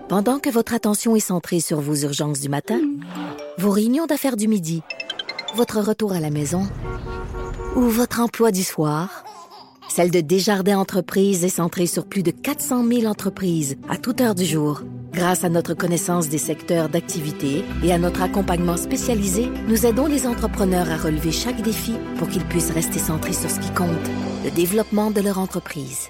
Pendant que votre attention est centrée sur vos urgences du matin, vos réunions d'affaires du midi, votre retour à la maison ou votre emploi du soir, celle de Desjardins Entreprises est centrée sur plus de 400 000 entreprises à toute heure du jour. Grâce à notre connaissance des secteurs d'activité et à notre accompagnement spécialisé, nous aidons les entrepreneurs à relever chaque défi pour qu'ils puissent rester centrés sur ce qui compte, le développement de leur entreprise.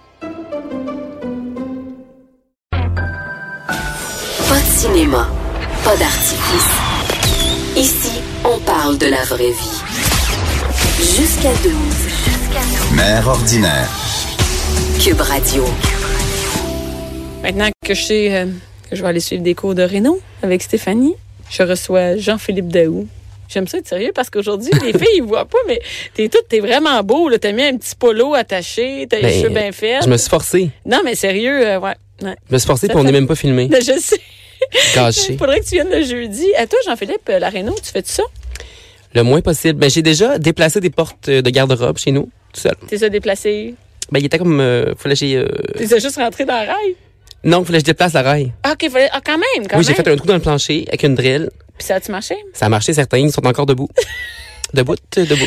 Pas de cinéma, pas d'artifice. Ici, on parle de la vraie vie. Jusqu'à 12. Mère ordinaire. Cube Radio. Maintenant que je sais que je vais aller suivre des cours de réno avec Stéphanie, je reçois Jean-Philippe Daoust. J'aime ça être sérieux parce qu'aujourd'hui, les filles, ils voient pas, mais t'es vraiment beau, là. T'as mis un petit polo attaché, t'as les cheveux bien faits. Je me suis forcé. Non, mais sérieux, ouais. Je me suis forcé, puis on n'est même pas filmé. Je sais. Gâché. Faudrait que tu viennes le jeudi. À toi, Jean-Philippe, la réno, tu fais ça? Le moins possible. Ben, j'ai déjà déplacé des portes de garde-robe chez nous, tout seul. T'es ça déplacé? Ben, il était comme... fallait que j'ai... T'es juste rentré dans la rail? Non, fallait que je déplace la rail. Ah, OK, fallait... quand même. Oui, j'ai fait un trou dans le plancher avec une drill. Puis ça a-tu marché? Ça a marché, certains. Ils sont encore debout. Debout. C'est ça.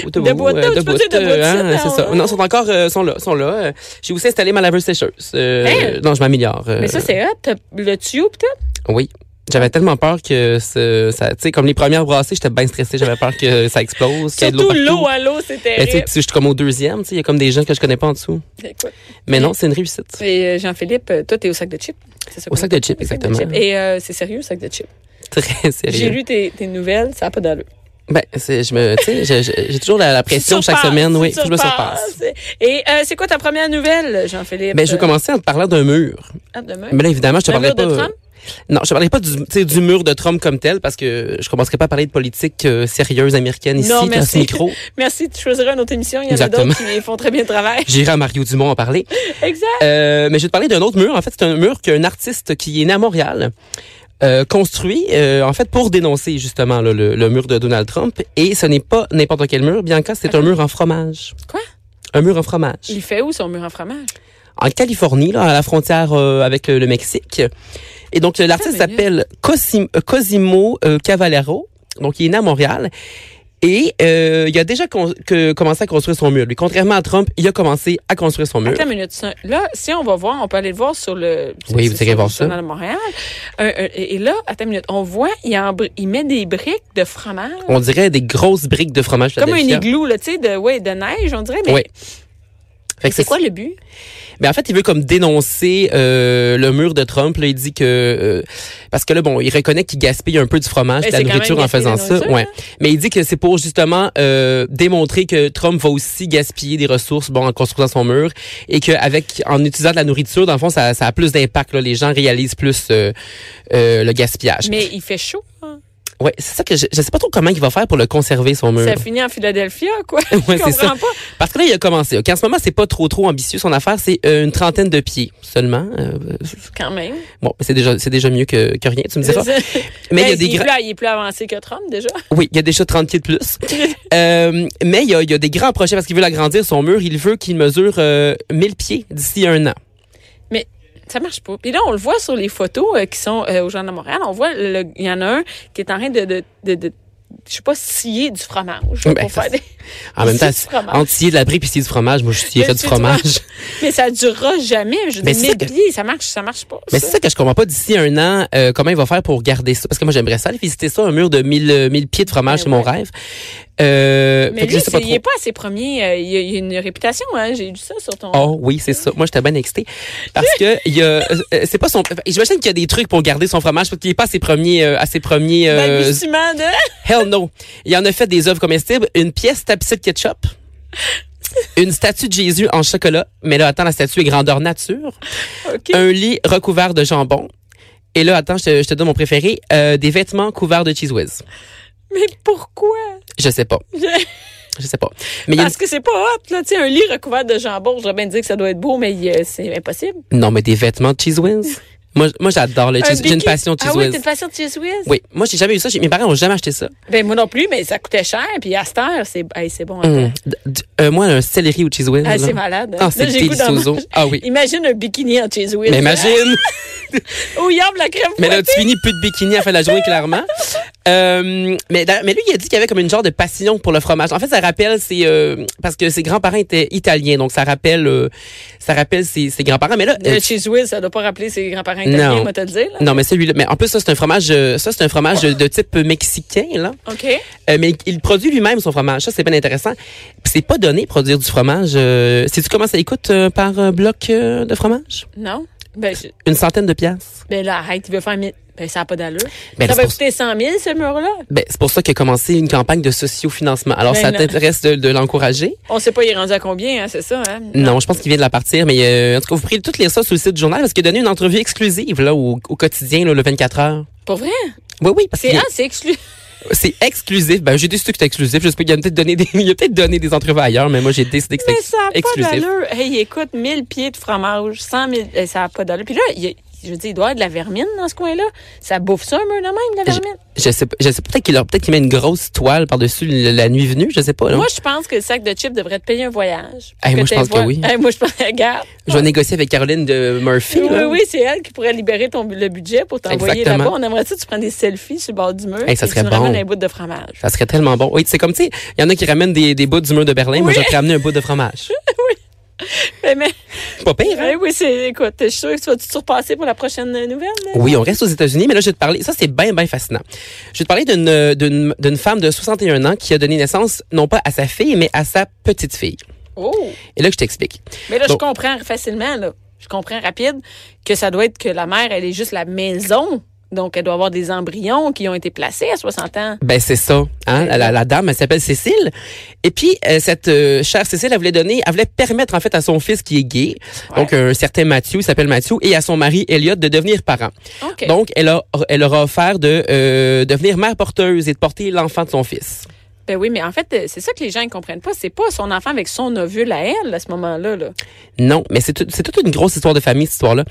Non, sont là. J'ai aussi installé ma laveuse sécheuse. Non, je m'améliore. Mais ça, c'est hot. T'as le tuyau, peut-être? Oui. J'avais tellement peur que ça, tu sais, comme les premières brassées, j'étais bien stressée. J'avais peur que ça explose. Surtout l'eau à l'eau, c'est terrible. Tu sais, je suis comme au deuxième, tu sais, il y a comme des gens que je connais pas en dessous. Écoute. Mais non, c'est une réussite. Et Jean-Philippe, toi, t'es au sac de chips. C'est ça, au sac de chips, exactement. Et c'est sérieux, le sac de chips? Très sérieux. J'ai lu tes nouvelles, ça n'a pas d'allure. Ben, j'ai toujours la pression chaque semaine. Oui, faut que je me surpasse. Et c'est quoi ta première nouvelle, Jean-Philippe? Ben, je vais commencer en te parlant d'un mur. Ah, d'un mur? Mais là, évidemment, je te parlais pas... Un mur de Trump? Non, je te parlais pas du mur de Trump comme tel, parce que je commencerai pas à parler de politique sérieuse américaine ici, dans ce micro. Merci, tu choisiras une autre émission. Il y en a d'autres qui font très bien le travail. J'irai à Mario Dumont en parler. Exact. Mais je vais te parler d'un autre mur. En fait, c'est un mur qu'un artiste qui est né à Montréal construit, en fait, pour dénoncer justement le mur de Donald Trump. Et ce n'est pas n'importe quel mur. Bianca, c'est un mur en fromage. Quoi? Un mur en fromage. Il fait où son mur en fromage? En Californie, là, à la frontière avec le Mexique. Et donc, l'artiste s'appelle Cosimo Cavallero. Donc, il est né à Montréal. Et il a déjà commencé à construire son mur. Lui, contrairement à Trump, il a commencé à construire son mur. Attends une minute. Là, si on va voir, on peut aller le voir sur le... Oui, vous irez voir ça. Dans Montréal. Et là, attends une minute. On voit, il met des briques de fromage. On dirait des grosses briques de fromage. Comme un igloo, là, tu sais, de neige, on dirait. Mais... Oui. C'est quoi le but? Ben en fait, il veut comme dénoncer le mur de Trump. Là, il dit que parce que là, bon, il reconnaît qu'il gaspille un peu du fromage, de la nourriture en faisant ça. Ouais. Mais il dit que c'est pour justement démontrer que Trump va aussi gaspiller des ressources, bon, en construisant son mur, et en utilisant de la nourriture, dans le fond, ça a plus d'impact. Là. Les gens réalisent plus le gaspillage. Mais il fait chaud. Hein? Ouais, c'est ça que je sais pas trop comment il va faire pour le conserver, son mur. Ça finit en Philadelphia, quoi. Ouais, c'est ça. Pas. Parce que là, il a commencé. En ce moment, c'est pas trop ambitieux. Son affaire, c'est une 30aine de pieds seulement. Quand même. Bon, c'est déjà mieux que rien, tu me diras. Mais il y a des il est plus avancé que Trump, déjà. Oui, il y a déjà 30 pieds de plus. Mais il y a des grands projets parce qu'il veut l'agrandir, son mur. Il veut qu'il mesure 1000 pieds d'ici 1 an. Mais ça marche pas. Puis là, on le voit sur les photos qui sont aux gens de Montréal. On voit, il y en a un qui est en train de je sais pas, scier du fromage. Pour faire en même temps, entre scier de la brique et scier du fromage, moi, je scierais du fromage. Mais ça durera jamais. Je veux dire, 1000 pieds, ça marche pas. Mais c'est ça que je comprends pas d'ici 1 an, comment il va faire pour garder ça. Parce que moi, j'aimerais ça aller visiter ça, un mur de 1000 pieds de fromage, c'est mon rêve. Mais lui, il n'est pas à ses premiers. Il y a une réputation, hein. J'ai lu ça sur ton. Oh oui, c'est ça. Moi, j'étais bien excitée. Parce que c'est pas son. J'imagine qu'il y a des trucs pour garder son fromage parce qu'il n'est pas à ses premiers. Balbutiement de. Hell no. Il en a fait des œuvres comestibles, une pièce tapissée de ketchup. Une statue de Jésus en chocolat. Mais là, attends, la statue est grandeur nature. Okay. Un lit recouvert de jambon. Et là, attends, je te donne mon préféré. Des vêtements couverts de Cheez Whiz. Mais pourquoi? Je sais pas. Je sais pas. Mais parce que c'est pas hot, là. Tu sais, un lit recouvert de jambon, je voudrais bien dire que ça doit être beau, mais c'est impossible. Non, mais des vêtements de Cheez Whiz. Moi, j'adore le cheese. J'ai une passion de cheese whiz. Ah oui, t'as une passion de cheese whiz? Oui. Moi, j'ai jamais eu ça. Mes parents n'ont jamais acheté ça. Ben, moi non plus, mais ça coûtait cher. Puis à cette heure, c'est bon. Moi, un céleri au cheese whiz. Ah, c'est malade. Ah, c'est délicieux. Ah oui. Imagine un bikini en cheese whiz. Mais imagine. Ou yam la crème fouettée. Mais là, tu finis plus de bikini à la fin de la journée, clairement. Mais lui, il a dit qu'il y avait comme une genre de passion pour le fromage. En fait, ça rappelle, parce que ses grands-parents étaient italiens, donc ça rappelle ses grands-parents. Mais là, le cheese whiz, ça doit pas rappeler ses grands-parents italiens, moi te le dire. Là. Non, mais celui-là. Mais en plus, ça c'est un fromage de type mexicain, là. Ok. Mais il produit lui-même son fromage. Ça, c'est bien intéressant. Puis c'est pas donné produire du fromage. Sais-tu comment ça coûte par bloc de fromage? Non. Ben, une centaine de piastres. Ben là, arrête, il veut faire ben, ça n'a pas d'allure. Ben, ça va coûter 100 000, ce mur-là? Ben, c'est pour ça qu'il a commencé une campagne de socio-financement. Alors, ça t'intéresse de l'encourager? On sait pas, il est rendu à combien, hein, c'est ça, hein? Non, je pense qu'il vient de la partir, mais en tout cas, vous pourrez toutes lire ça sur le site du journal parce qu'il a donné une entrevue exclusive, là, au quotidien, là, le 24 heures. Pour vrai? Oui, parce que. C'est exclusif. C'est exclusif. Ben, j'ai décidé que c'était exclusif. Je sais pas, il a peut-être donné des entrevues ailleurs, mais moi, j'ai décidé que c'était exclusif. Mais ça n'a pas d'allure. Hey, écoute, 1000 pieds de fromage, 100 000, ça n'a pas d'allure. Puis là, je veux dire, il doit y avoir de la vermine dans ce coin-là. Ça bouffe ça, un mur de même, de la vermine? Je sais pas. Peut-être qu'il met une grosse toile par-dessus la nuit venue. Je sais pas, là. Moi, je pense que le sac de chips devrait te payer un voyage. Moi, je pense que oui. Moi, je pense, regarde. Je vais négocier avec Caroline de Murphy. Oui, c'est elle qui pourrait libérer le budget pour t'envoyer là-bas. On aimerait ça, tu prends des selfies sur le bord du mur. Ça serait tu bon. ramènes un bout de fromage. Ça serait tellement bon. Oui, c'est comme, tu sais, il y en a qui ramènent des bouts du mur de Berlin. Oui. Moi, je vais te ramener un bout de fromage. Oui. Mais pas pire, hein? Oui, écoute, je suis sûre que tu vas te surpasser pour la prochaine nouvelle. Là. Oui, on reste aux États-Unis, mais là, je vais te parler, ça, c'est bien, bien fascinant. Je vais te parler d'une femme de 61 ans qui a donné naissance, non pas à sa fille, mais à sa petite fille. Oh! Et là, je t'explique. Mais là, je comprends facilement, là. Je comprends rapide que ça doit être que la mère, elle est juste la maison. Donc, elle doit avoir des embryons qui ont été placés à 60 ans. Ben, c'est ça. Hein? La dame, elle s'appelle Cécile. Et puis, cette chère Cécile, elle voulait permettre, en fait, à son fils qui est gay, donc un certain Mathieu, il s'appelle Mathieu, et à son mari, Elliot, de devenir parent. Okay. Donc, elle leur a offert de devenir mère porteuse et de porter l'enfant de son fils. Ben oui, mais en fait, c'est ça que les gens ne comprennent pas. C'est pas son enfant avec son ovule à elle, à ce moment-là. Là. Non, mais c'est toute une grosse histoire de famille, cette histoire-là.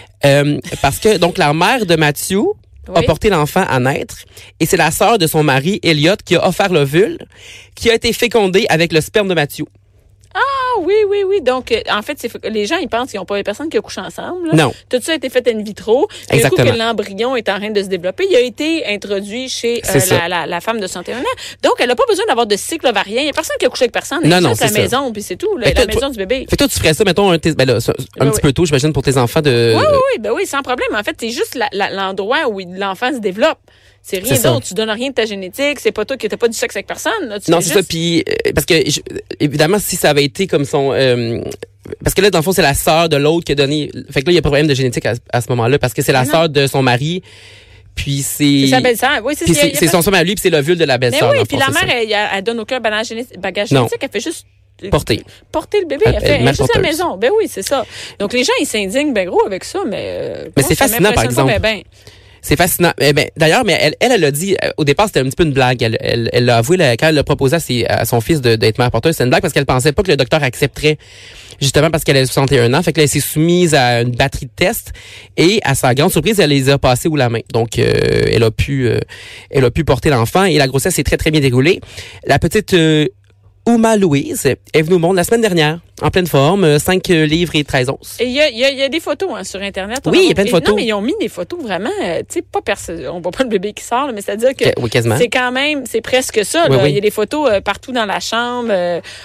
Parce que, donc, la mère de Mathieu a porté l'enfant à naître et c'est la sœur de son mari, Elliot, qui a offert l'ovule, qui a été fécondé avec le sperme de Mathieu. Ah oui. Donc, en fait, les gens, ils pensent qu'ils n'ont pas les personnes qui couchent ensemble. Là. Non. Tout ça a été fait in vitro. Exactement. Du coup, que l'embryon est en train de se développer, il a été introduit chez la femme de 61 ans. Donc, elle n'a pas besoin d'avoir de cycle ovarien. Il n'y a personne qui a couché avec personne. Elle est juste à la maison, puis c'est tout. Là, la maison du bébé. Fait que toi, tu ferais ça, mettons, un petit peu tôt, j'imagine, pour tes enfants de... Oui, sans problème. En fait, c'est juste l'endroit où l'enfant se développe. C'est rien d'autre. Tu donnes rien de ta génétique. C'est pas toi qui n'as pas du sexe avec personne. Là. Non, c'est ça. Puis, parce que, évidemment, si ça avait été comme son... parce que là, dans le fond, c'est la sœur de l'autre qui a donné... Fait que là, il y a pas de problème de génétique à ce moment-là, parce que c'est la sœur de son mari, puis c'est... C'est sa belle-sœur. Oui, c'est son somme à lui, puis c'est l'ovule de la belle-sœur. Mais oui, puis la mère, elle donne aucun bagage génétique. Elle fait juste... Porter le bébé. Elle fait juste à la maison. Ben oui, c'est ça. Donc, les gens, ils s'indignent ben gros avec ça, mais c'est fascinant, par exemple. C'est fascinant. D'ailleurs, mais elle a dit, au départ, c'était un petit peu une blague. Elle l'a avoué quand elle l'a proposé à son fils d'être mère porteuse. C'est une blague parce qu'elle pensait pas que le docteur accepterait, justement parce qu'elle a 61 ans. Fait que là, elle s'est soumise à une batterie de tests et à sa grande surprise, elle les a passés sous la main. Donc, elle a pu porter l'enfant et la grossesse s'est très, très bien déroulée. La petite Uma Louise est venue au monde la semaine dernière, en pleine forme, 5 livres et 13 onces. Et il y a des photos sur Internet. Oui, il y a plein de photos. Non, mais ils ont mis des photos vraiment, tu sais, pas on voit pas le bébé qui sort, là, mais c'est-à-dire que c'est quand même, c'est presque ça. Là. Il y a des photos partout dans la chambre.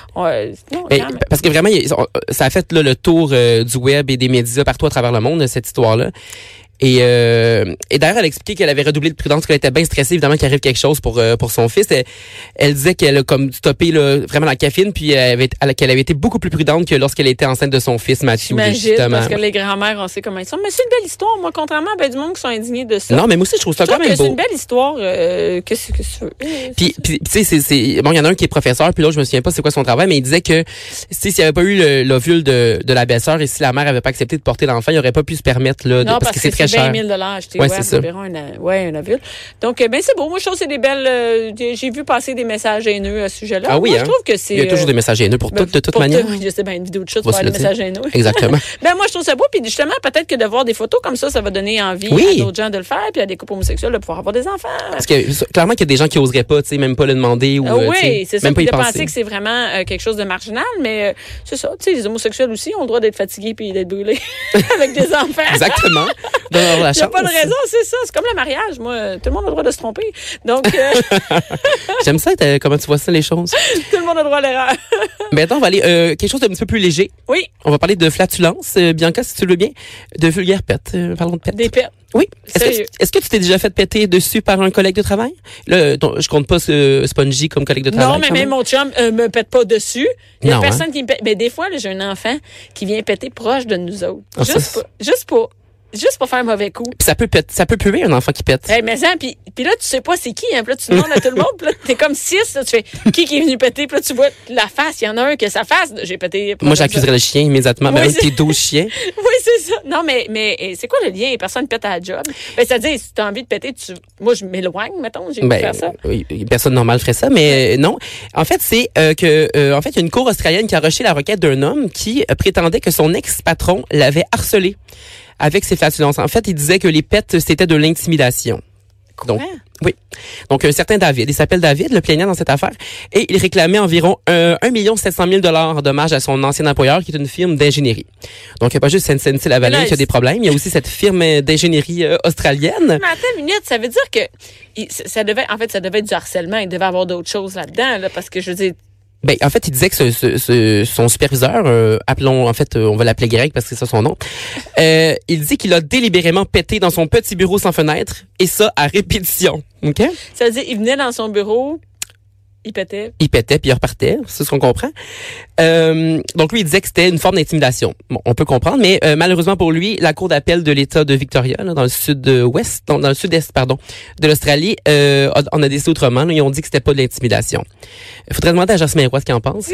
Parce que vraiment, ça a fait le tour du web et des médias partout à travers le monde, cette histoire-là. Et d'ailleurs, elle expliquait qu'elle avait redoublé de prudence, qu'elle était bien stressée, évidemment, qu'il arrive quelque chose pour son fils. Elle disait qu'elle a comme stoppé vraiment la caféine, puis qu'elle avait été beaucoup plus prudente que lorsqu'elle était enceinte de son fils, Mathieu. J'imagine, parce que les grands-mères, on sait comment ils sont. Mais c'est une belle histoire, moi, contrairement à du monde qui sont indignés de ça. Non, mais moi aussi, je trouve ça quand même beau. C'est une belle histoire. Qu'est-ce que tu veux? Puis tu sais, bon, il y en a un qui est professeur, puis l'autre, je me souviens pas c'est quoi son travail, mais il disait que s'il n'y avait pas eu l'ovule de la belle-sœur et si la mère avait pas accepté de porter l'enfant, il aurait pas pu se permettre, là, parce que c'est très très cher. C'est 20 000 acheté, c'est ça. environ un ovule. Donc, c'est beau. Moi, je trouve que c'est des belles... j'ai vu passer des messages haineux à ce sujet-là. Ah oui, moi, je trouve que c'est... Il y a toujours des messages haineux de toute manière. Je sais, une vidéo de chat, tu vas avoir des messages haineux. Exactement. Moi, je trouve ça beau. Puis justement, peut-être que de voir des photos comme ça va donner envie à d'autres gens de le faire, puis à des couples homosexuels de pouvoir avoir des enfants. Parce que clairement qu'il y a des gens qui oseraient pas, tu sais, même pas le demander ou oui, c'est ça. Même pas y de penser. penser que c'est vraiment quelque chose de marginal, mais c'est ça. Tu sais, les homosexuels aussi ont le droit d'être fatigués puis d'être brûlés avec des enfants. Exactement. Il n'y a pas de raison, c'est ça. C'est comme le mariage. Moi, tout le monde a le droit de se tromper. Donc, j'aime ça. Comment tu vois ça, les choses? Tout le monde a le droit à l'erreur. Maintenant, on va aller quelque chose d'un petit peu plus léger. Oui. On va parler de flatulence, Bianca, si tu le veux bien, de vulgaires pets. Parlons de pets. Des pets. Oui. Est-ce que tu t'es déjà fait péter dessus par un collègue de travail? Là, je compte pas Spongy comme collègue de travail. Non, mais même mon chum me pète pas dessus. Il y a personne qui me pète. Mais des fois, là, j'ai un enfant qui vient péter proche de nous autres. Juste pour faire un mauvais coup. Puis ça peut puer un enfant qui pète. Hey, mais ça, puis là, tu sais pas c'est qui. Hein? Puis là, tu demandes à tout le monde. Puis là, t'es comme 6. Là, tu fais qui est venu péter. Puis là, tu vois la face. Il y en a un que sa face. J'ai pété. Moi, j'accuserais le chien immédiatement. Oui, un de tes 12 chiens. Oui, c'est ça. Non, mais c'est quoi le lien? Personne pète à la job. C'est-à-dire, si tu as envie de péter, moi, je m'éloigne, mettons. J'ai envie de faire ça. Oui, personne normale ferait ça, mais non. En fait, c'est en fait, il y a une cour australienne qui a rejeté la requête d'un homme qui prétendait que son ex-patron l'avait harcelé avec ses flatulences. En fait, il disait que les pets, c'était de l'intimidation. Donc, oui. Donc, un certain David, il s'appelle David, le plaignant dans cette affaire, et il réclamait environ 1 700 000 $ en dommages à son ancien employeur, qui est une firme d'ingénierie. Donc, il n'y a pas juste SNC-Lavalin qui a des problèmes, il y a aussi cette firme d'ingénierie australienne. Mais attends une minute, ça veut dire que ça devait être du harcèlement, il devait y avoir d'autres choses là-dedans, là, parce que je veux dire, en fait, il disait que son superviseur, appelons, en fait, on va l'appeler Greg parce que c'est ça son nom, il dit qu'il a délibérément pété dans son petit bureau sans fenêtre, et ça à répétition. OK? Ça veut dire, il venait dans son bureau, il pétait. Il pétait puis il repartait, c'est ce qu'on comprend. Donc lui, il disait que c'était une forme d'intimidation. Bon, on peut comprendre, mais malheureusement pour lui, la Cour d'appel de l'État de Victoria, là, dans le sud-ouest, dans le sud-est, de l'Australie, on a décidé autrement. Là, ils ont dit que c'était pas de l'intimidation. Il faudrait demander à Jasmin Roy ce qu'il en pense.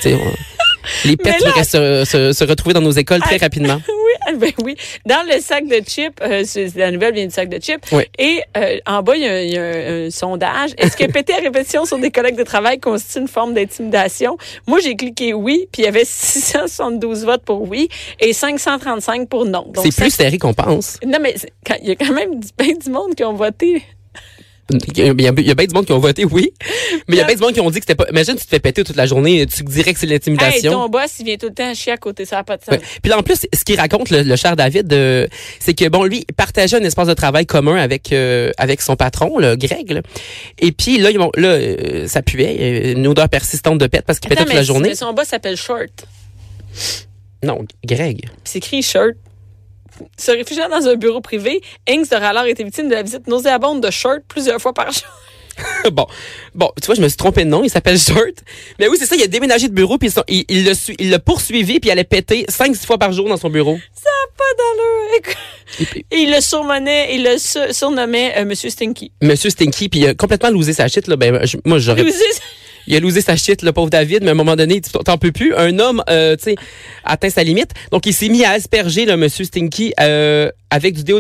Les pets devraient se retrouver dans nos écoles très rapidement. Oui. Dans le sac de chips, la nouvelle vient du sac de chips. Oui. Et en bas, il y a un sondage. Est-ce que péter à répétition sur des collègues de travail constitue une forme d'intimidation? Moi, j'ai cliqué oui, puis il y avait 672 votes pour oui et 535 pour non. Donc, c'est plus serré qu'on pense. Non, mais il y a quand même du monde qui ont voté. Il y a bien du monde qui ont voté oui, mais il y a bien du monde qui ont dit que c'était pas... Imagine, tu te fais péter toute la journée, tu dirais que c'est de l'intimidation. Hey, ton boss, il vient tout le temps chier à côté, ça n'a pas de sens. Ouais. Puis là, en plus, ce qu'il raconte, le cher David, c'est que, bon, lui, il partageait un espace de travail commun avec son patron, le Greg, là. Et puis, là, ça puait, une odeur persistante de pète parce qu'il pétait toute la journée. Mais son boss s'appelle Short. Non, Greg. Puis c'est écrit Short. Se réfugiant dans un bureau privé, Ings aurait alors été victime de la visite nauséabonde de Short plusieurs fois par jour. Bon, tu vois, je me suis trompé de nom, il s'appelle Short. Mais oui, c'est ça, il a déménagé de bureau, puis il l'a poursuivi, puis il allait péter 5-6 fois par jour dans son bureau. Ça n'a pas d'allure. Et il le surnommait Monsieur Stinky. Monsieur Stinky, puis il a complètement losé sa shit, là. Moi, j'aurais... Il a losé sa shit, le pauvre David, mais à un moment donné, t'en peux plus. Un homme, tu sais, atteint sa limite. Donc, il s'est mis à asperger, le monsieur Stinky, avec du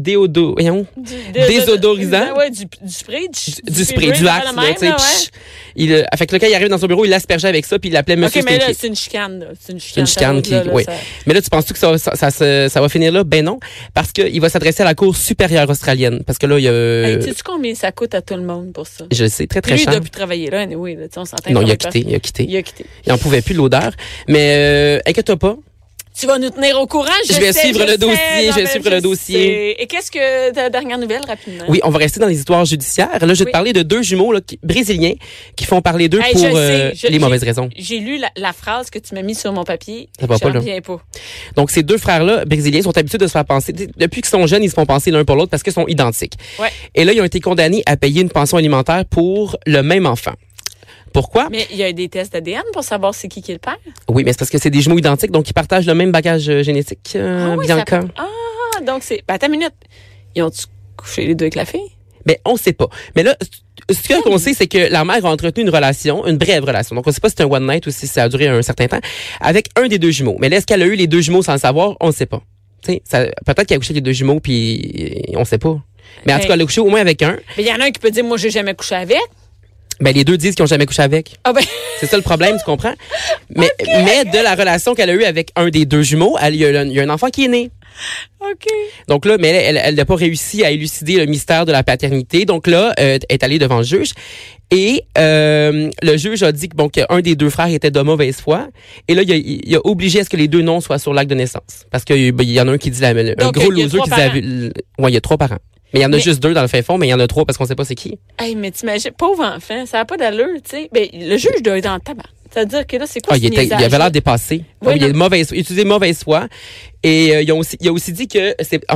désodorisant. Ouais, du spray. Du spray, du axe, là, tu sais. Fait que là, quand il arrive dans son bureau, il l'aspergeait avec ça, puis il l'appelait monsieur Stinky. OK, mais là, c'est une chicane, là. C'est une chicane oui. Mais là, tu penses-tu que ça va finir là? Ben non. Parce qu'il va s'adresser à la Cour supérieure australienne. Parce que là, il y a... Hey, sais-tu combien ça coûte à tout le monde pour ça? Je le sais, très, très cher. Lui, il doit plus travailler là, anyway, là. On s'entend. Non, il a quitté. Il en pouvait plus de l'odeur. Mais inquiète-toi pas. Tu vas nous tenir au courant. Je vais suivre le dossier. Et qu'est-ce que ta dernière nouvelle, rapidement? Oui, on va rester dans les histoires judiciaires. Là, je vais te parler de 2 jumeaux là, brésiliens qui font parler d'eux pour les mauvaises raisons. J'ai lu la phrase que tu m'as mise sur mon papier. Ça va pas, là. Pas. Donc, ces 2 frères-là, brésiliens, sont habitués de se faire penser. Depuis qu'ils sont jeunes, ils se font penser l'un pour l'autre parce qu'ils sont identiques. Ouais. Et là, ils ont été condamnés à payer une pension alimentaire pour le même enfant. Pourquoi? Mais il y a des tests d'ADN pour savoir c'est qui est le père. Oui, mais c'est parce que c'est des jumeaux identiques, donc ils partagent le même bagage génétique, Bianca. Donc c'est... attends une minute. Ils ont-tu couché les deux avec la fille? Mais on sait pas. Mais là, ce qu'on sait, c'est que la mère a entretenu une brève relation. Donc, on sait pas si c'est un one night ou si ça a duré un certain temps, avec un des 2 jumeaux. Mais là, est-ce qu'elle a eu les 2 jumeaux sans le savoir? On ne sait pas. Tu sais, peut-être qu'il a couché avec les 2 jumeaux, puis on sait pas. Mais en tout cas, elle a couché au moins avec un. Mais il y en a un qui peut dire, moi, j'ai jamais couché avec. Ben, les 2 disent qu'ils ont jamais couché avec. Ah ben. C'est ça le problème, tu comprends? Mais, mais de la relation qu'elle a eue avec un des 2 jumeaux, il y a un enfant qui est né. OK. Donc là, mais elle n'a pas réussi à élucider le mystère de la paternité. Donc là, elle est allée devant le juge. Et le juge a dit que qu'un des 2 frères était de mauvaise foi. Et là, il a obligé à ce que les 2 noms soient sur l'acte de naissance. Parce qu'il y en a un qui dit un gros loser qui dit... Ouais, il y a 3 parents. Mais il y en a juste 2 dans le fin fond, mais il y en a 3 parce qu'on sait pas c'est qui. Hey, mais t'imagines, pauvre enfant, ça n'a pas d'allure, tu sais. Ben, le juge doit être dans le tabac. C'est-à-dire que là, c'est quoi ce il avait l'air dépassé. Oui, il a utilisé mauvaise foi. Et il a aussi dit que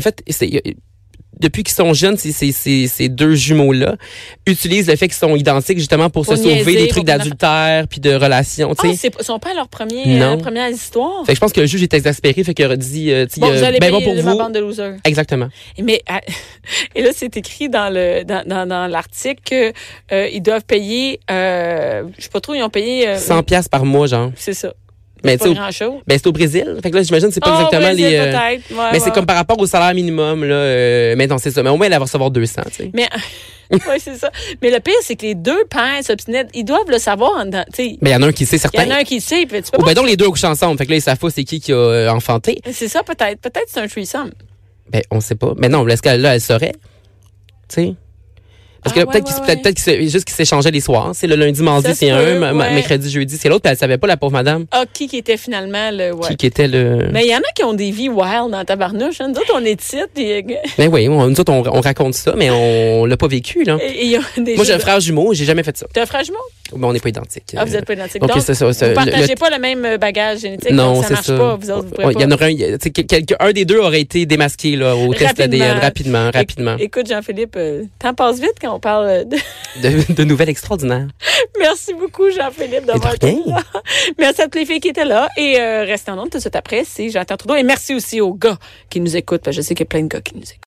depuis qu'ils sont jeunes, ces 2 jumeaux-là utilisent le fait qu'ils sont identiques justement pour se sauver des trucs d'adultère puis de relations. Ils sont pas à leur première histoire. Fait que je pense que le juge est exaspéré, fait qu'il aurait dit vous allez payer pour ma bande de losers. Exactement. Et là, c'est écrit dans l'article que ils doivent payer, je sais pas trop, ils ont payé 100$ par mois, genre. C'est ça. Mais c'est pas grand-chose. Ben, c'est au Brésil. Fait que là, j'imagine, c'est pas exactement Brésil, les. peut-être. Ouais, mais c'est comme par rapport au salaire minimum, là. Mais non, c'est ça. Mais au moins, elle va recevoir 200, tu sais. Mais, oui, c'est ça. Mais le pire, c'est que les 2 pères s'obstinent. Ils doivent le savoir. Mais il y en a un qui sait, certain. Il y en a un qui sait. Tu peux ben donc, les 2 couchent ensemble. Fait que là, ils savent pas c'est qui a enfanté. C'est ça, peut-être. Peut-être c'est un threesome. Ben, on sait pas. Mais non, est-ce qu'elle, là, elle saurait? Tu sais? Parce que là, peut-être qu'ils s'échangeaient les soirs. C'est le lundi, mardi, c'est un, mercredi, jeudi, c'est l'autre. Puis elle savait pas, la pauvre madame. Ah, qui était finalement le... Ouais. Qui était le... Mais il y en a qui ont des vies wild dans tabarnouche. Nous autres, on est titres. Ben oui, nous autres, on raconte ça, mais on l'a pas vécu, là. Moi, j'ai un frère jumeau, j'ai jamais fait ça. T'as un frère jumeau? Ben, on n'est pas identiques. Ah, vous n'êtes pas identiques. Donc, vous partagez pas le même bagage génétique. Non, ça marche pas. Vous autres, vous pourrez pas. Il y en aurait un des 2 aurait été démasqué, là, au test ADN, rapidement. Écoute, Jean-Philippe, temps passe vite quand on parle de nouvelles extraordinaires. Merci beaucoup, Jean-Philippe, d'avoir été là. Merci à toutes les filles qui étaient là. Et restez en ondes tout de suite après, c'est Jonathan Trudeau. Et merci aussi aux gars qui nous écoutent, parce que je sais qu'il y a plein de gars qui nous écoutent.